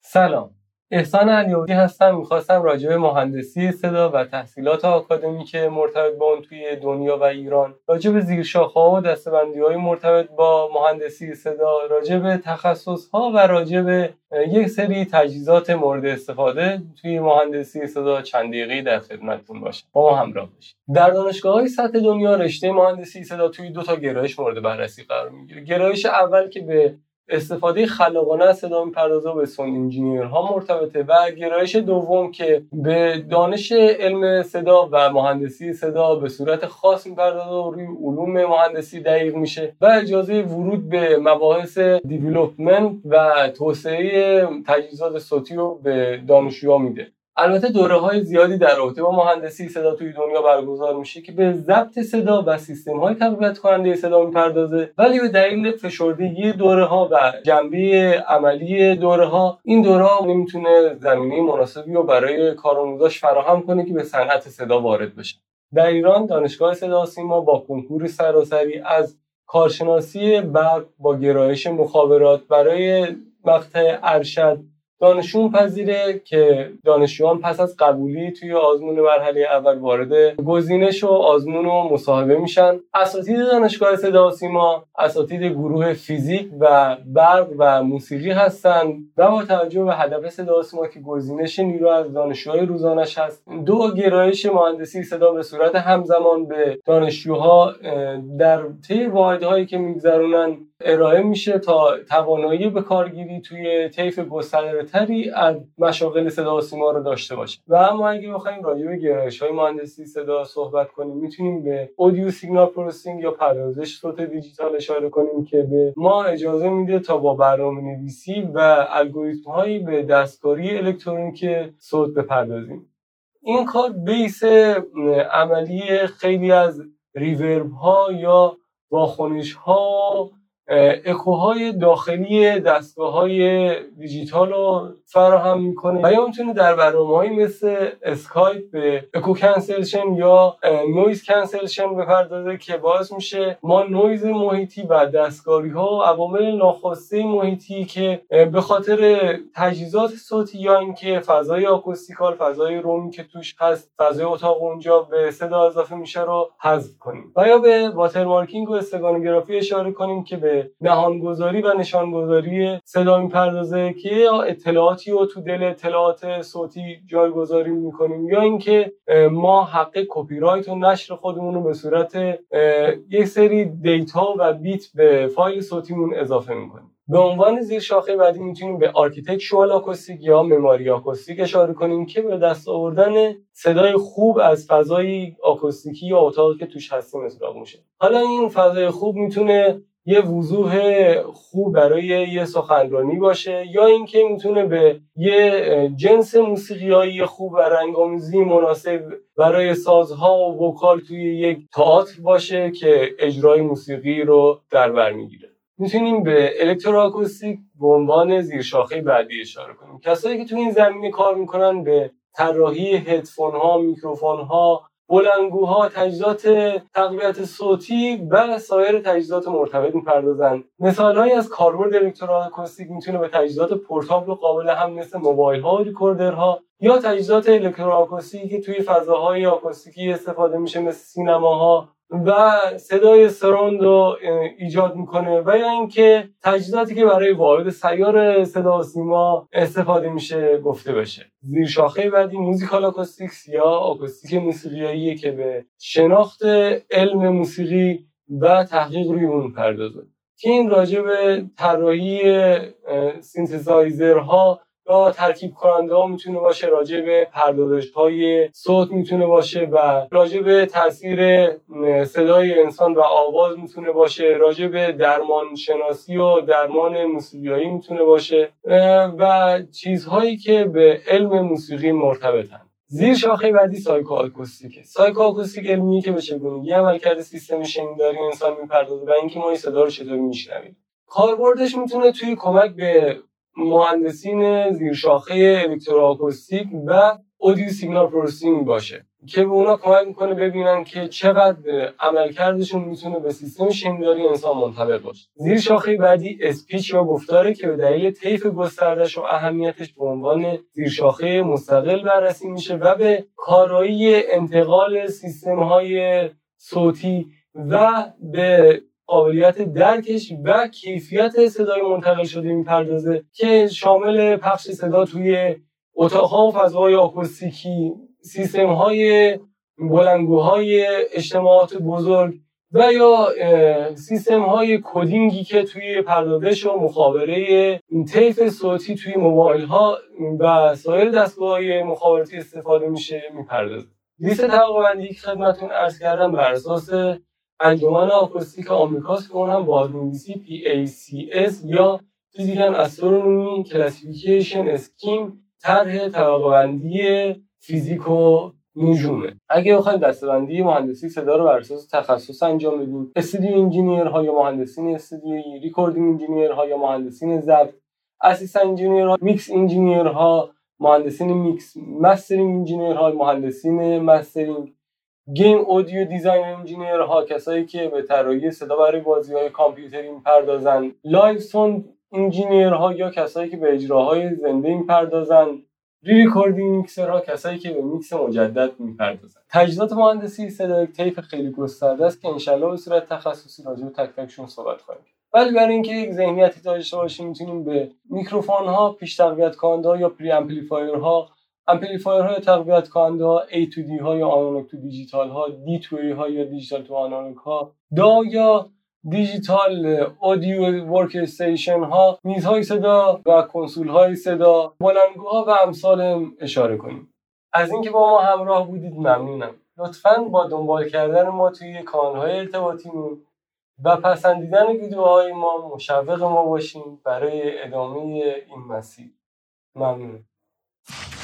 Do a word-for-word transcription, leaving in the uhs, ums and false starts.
سلام، احسان علیوردی هستم. میخواستم راجع به مهندسی صدا و تحصیلات آکادمیک مرتبط با اون توی دنیا و ایران، راجع به زیرشاخه‌ها و دسته‌بندی‌های مرتبط با مهندسی صدا، راجع به تخصص‌ها و راجع به یک سری تجهیزات مورد استفاده توی مهندسی صدا چند دقیقه‌ای در خدمتتون باشم. با ما همراه باشید. در دانشگاه‌های سطح دنیا رشته مهندسی صدا توی دو تا گرایش مورد بررسی قرار می‌گیره. گرایش اول که به استفاده خلاقانه از صدا می‌پردازه و به ساوند انجینیرها مرتبطه و گرایش دوم که به دانش علم صدا و مهندسی صدا به صورت خاص می‌پردازه و روی علوم مهندسی دقیق میشه و اجازه ورود به مباحث دیولپمنت و توسعه تجهیزات صوتی رو به دانشجوها میده. البته دوره‌های زیادی در رابطه با مهندسی صدا توی دنیا برگزار میشه که به ضبط صدا و سیستم‌های تقویت کننده صدا میپردازه، ولی به دلیل فشردگی دوره‌ها و جنبه عملی دوره‌ها این دوره‌ها نمیتونه زمینه مناسبی رو برای کارآموزاش فراهم کنه که به صنعت صدا وارد بشه. در ایران دانشگاه صدا و سیما با کنکور سراسری از کارشناسی برق با گرایش مخابرات برای مقطع ارشد دانشجو پذیره که دانشجویان پس از قبولی توی آزمون مرحله اول وارد گزینش و آزمون و مصاحبه میشن. اساتید دانشگاه صدا و سیما اساتید گروه فیزیک و برق و موسیقی هستند و با توجه به هدف صدا و سیما که گزینش نیرو از دانشجوهای روزانش هست، دو گرایش مهندسی صدا به صورت همزمان به دانشجوها در طی واحدهایی که میگذرونن ارائه میشه تا توانایی به کارگیری توی طیف گسترده‌تری از مشاغل صدا و سیما رو داشته باشه. و اما اگه بخوایم راجع به گرایش‌های مهندسی صدا صحبت کنیم، میتونیم به اودیو سیگنال پروسسینگ یا پردازش صوت دیجیتال اشاره کنیم که به ما اجازه میده تا با برنامه‌نویسی و الگوریتم‌هایی به دستکاری الکترونیک صوت بپردازیم. این کار بیس عملی خیلی از ریورب‌ها یا واخوانش‌ها اکوهای داخلی دستگاه‌های دیجیتال رو فراهم میکنه و یا میتونه در برنامه‌هایی مثل اسکایپ به اکو کنسلشن یا نویز کنسلشن بپردازه که باعث میشه ما نویز محیطی و دستکاری‌ها و عوامل ناخواسته محیطی که به خاطر تجهیزات صوتی یا اینکه فضای آکوستیکال، فضای رومی که توش هست، فضای اتاق اونجا به صدا اضافه میشه رو حذف کنیم. و یا به واترمارکینگ و استگانوگرافی اشاره کنیم که به نهانگذاری و نشانگذاری صدا میپردازه که یا اطلاعاتی رو تو دل اطلاعات صوتی جایگذاری میکنیم یا اینکه ما حق کپی رایت و نشر خودمون رو به صورت یک سری دیتا و بیت به فایل صوتیمون اضافه میکنیم. به عنوان زیر شاخه بعدی میتونیم به آرکیتکچوال آکوستیک یا مموری آکوستیک اشاره کنیم که به دست آوردن صدای خوب از فضای آکوستیکی یا اتاقی که توش هستیم اصلاح میشه. حالا این فضای خوب میتونه یه وضوح خوب برای یه سخنرانی باشه یا اینکه میتونه به یه جنس موسیقیایی خوب و رنگ‌آمیزی مناسب برای سازها و وکال توی یک تئاتر باشه که اجرای موسیقی رو در بر میگیره. میتونیم به الکتروآکوستیک به عنوان زیرشاخه بعدی اشاره کنیم. کسایی که توی این زمینه کار میکنن به طراحی هدفون ها، میکروفون ها، بلندگوها، تجهیزات تقویت صوتی و سایر تجهیزات مرتبط می‌پردازن. مثال‌هایی از کاربرد الکتروآکوستیک میتونه به تجهیزات پورتابل و قابل حمل مثل موبایل‌ها و ریکوردرها یا تجهیزات الکتروآکوستیکی که توی فضاهای آکوستیکی استفاده میشه مثل سینماها و صدای سراوند رو ایجاد میکنه و یا اینکه تجهیزاتی که برای وارد سیار صدا و سیما استفاده میشه گفته بشه. زیر شاخه بعدی موزیکال آکوستیکس یا آکوستیک موسیقیایی که به شناخت علم موسیقی و تحقیق روی اون پردازه که این راجع به طراحی سینتزایزرها یا ترکیب کننده ها میتونه باشه، راجع به پردازش های صوت میتونه باشه و راجع به تاثیر صدای انسان و آواز میتونه باشه، راجع به درمان شناسی و درمان موسیقیایی میتونه باشه و چیزهایی که به علم موسیقی مرتبطن. زیر شاخه بعدی سایکو آکوستیکه. سایکو آکوستیک علمیه که به چگونگی عملکرد سیستم شنیداری انسان میپردازه و اینکه ما این صدا رو چطور میشنویم. کاربردش میتونه توی کمک به مهندسین زیرشاخه الکتروآکوستیک و اودیو سیگنال پروسسینگ باشه. که به اونا کمک میکنه ببینن که چقدر عملکردشون میتونه به سیستم شنیداری انسان منطبق باشه. زیر شاخه بعدی اسپیچ یا گفتاره که به دلیل طیف گسترده‌اش و اهمیتش به عنوان زیر شاخه مستقل بررسی میشه و به کارایی انتقال سیستم‌های صوتی و به قابلیت درکش و کیفیت صدای منتقل شده میپردازه که شامل پخش صدا توی اتاق‌ها و فضاهای آکوستیکی، سیستم‌های بلندگوهای اجتماعات بزرگ و یا سیستم‌های کدینگی که توی پردازش و مخابره طیف صوتی توی موبایل‌ها و سایر دستگاه‌های مخابراتی استفاده میشه میپردازه. لیست طبقه‌بندی که خدمتتون عرض کردم بر اساس انجمن آکوستیک آمریکاست که اون هم بازنویسی پی ای سی اس یا فیزیکال استرونومی کلاسیفیکیشن اسکیم طرح طبقه‌بندی فیزیک و نجومه. اگه بخوایم دسته‌بندی مهندسی صدا رو بر اساس تخصص انجام بدیم، استودیو انجینیرها یا مهندسین استودیویی، ریکوردینگ انجینیرها یا مهندسین ضبط، اسیستنت انجینیرها، میکس انجینیرها، مهندسین میکس، مسترینگ انجینیرها، مهندسین مسترینگ، گیم اودیو دیزاین انجینیرها، کسایی که به طراحی صدا برای بازی‌های کامپیوتری می‌پردازن، لایو ساوند انجینیرها یا کسایی که به اجراهای زنده می‌پردازن، ریکوردینگ میکسرها، کسایی که به میکس مجدد می‌پردازن. تجهیزات مهندسی صدا یک طیف خیلی گسترده است که انشالله به صورت تخصصی راجع به تک تکشون صحبت خواهیم کرد. ولی برای اینکه یک ذهنیتی داشته باشیم میتونیم به میکروفون‌ها، پیش تقویت کننده‌ها یا پری امپلیفایرها، امپلیفایرهای تقویت کننده ها، ای تو دی ها یا آنالوگ تو دیجیتال ها، دی تو ای ها یا دیجیتال تو آنالوگ ها، دا یا دیجیتال اودیو ورک استیشن ها، میزهای صدا و کنسول های صدا، بلندگوها و امثال اشاره کنیم. از اینکه با ما همراه بودید ممنونم. لطفاً با دنبال کردن ما توی کانال‌های ارتباطیمون و پسندیدن ویدیوهای ما مشوق ما باشین برای ادامه این مسیر. ممنونم.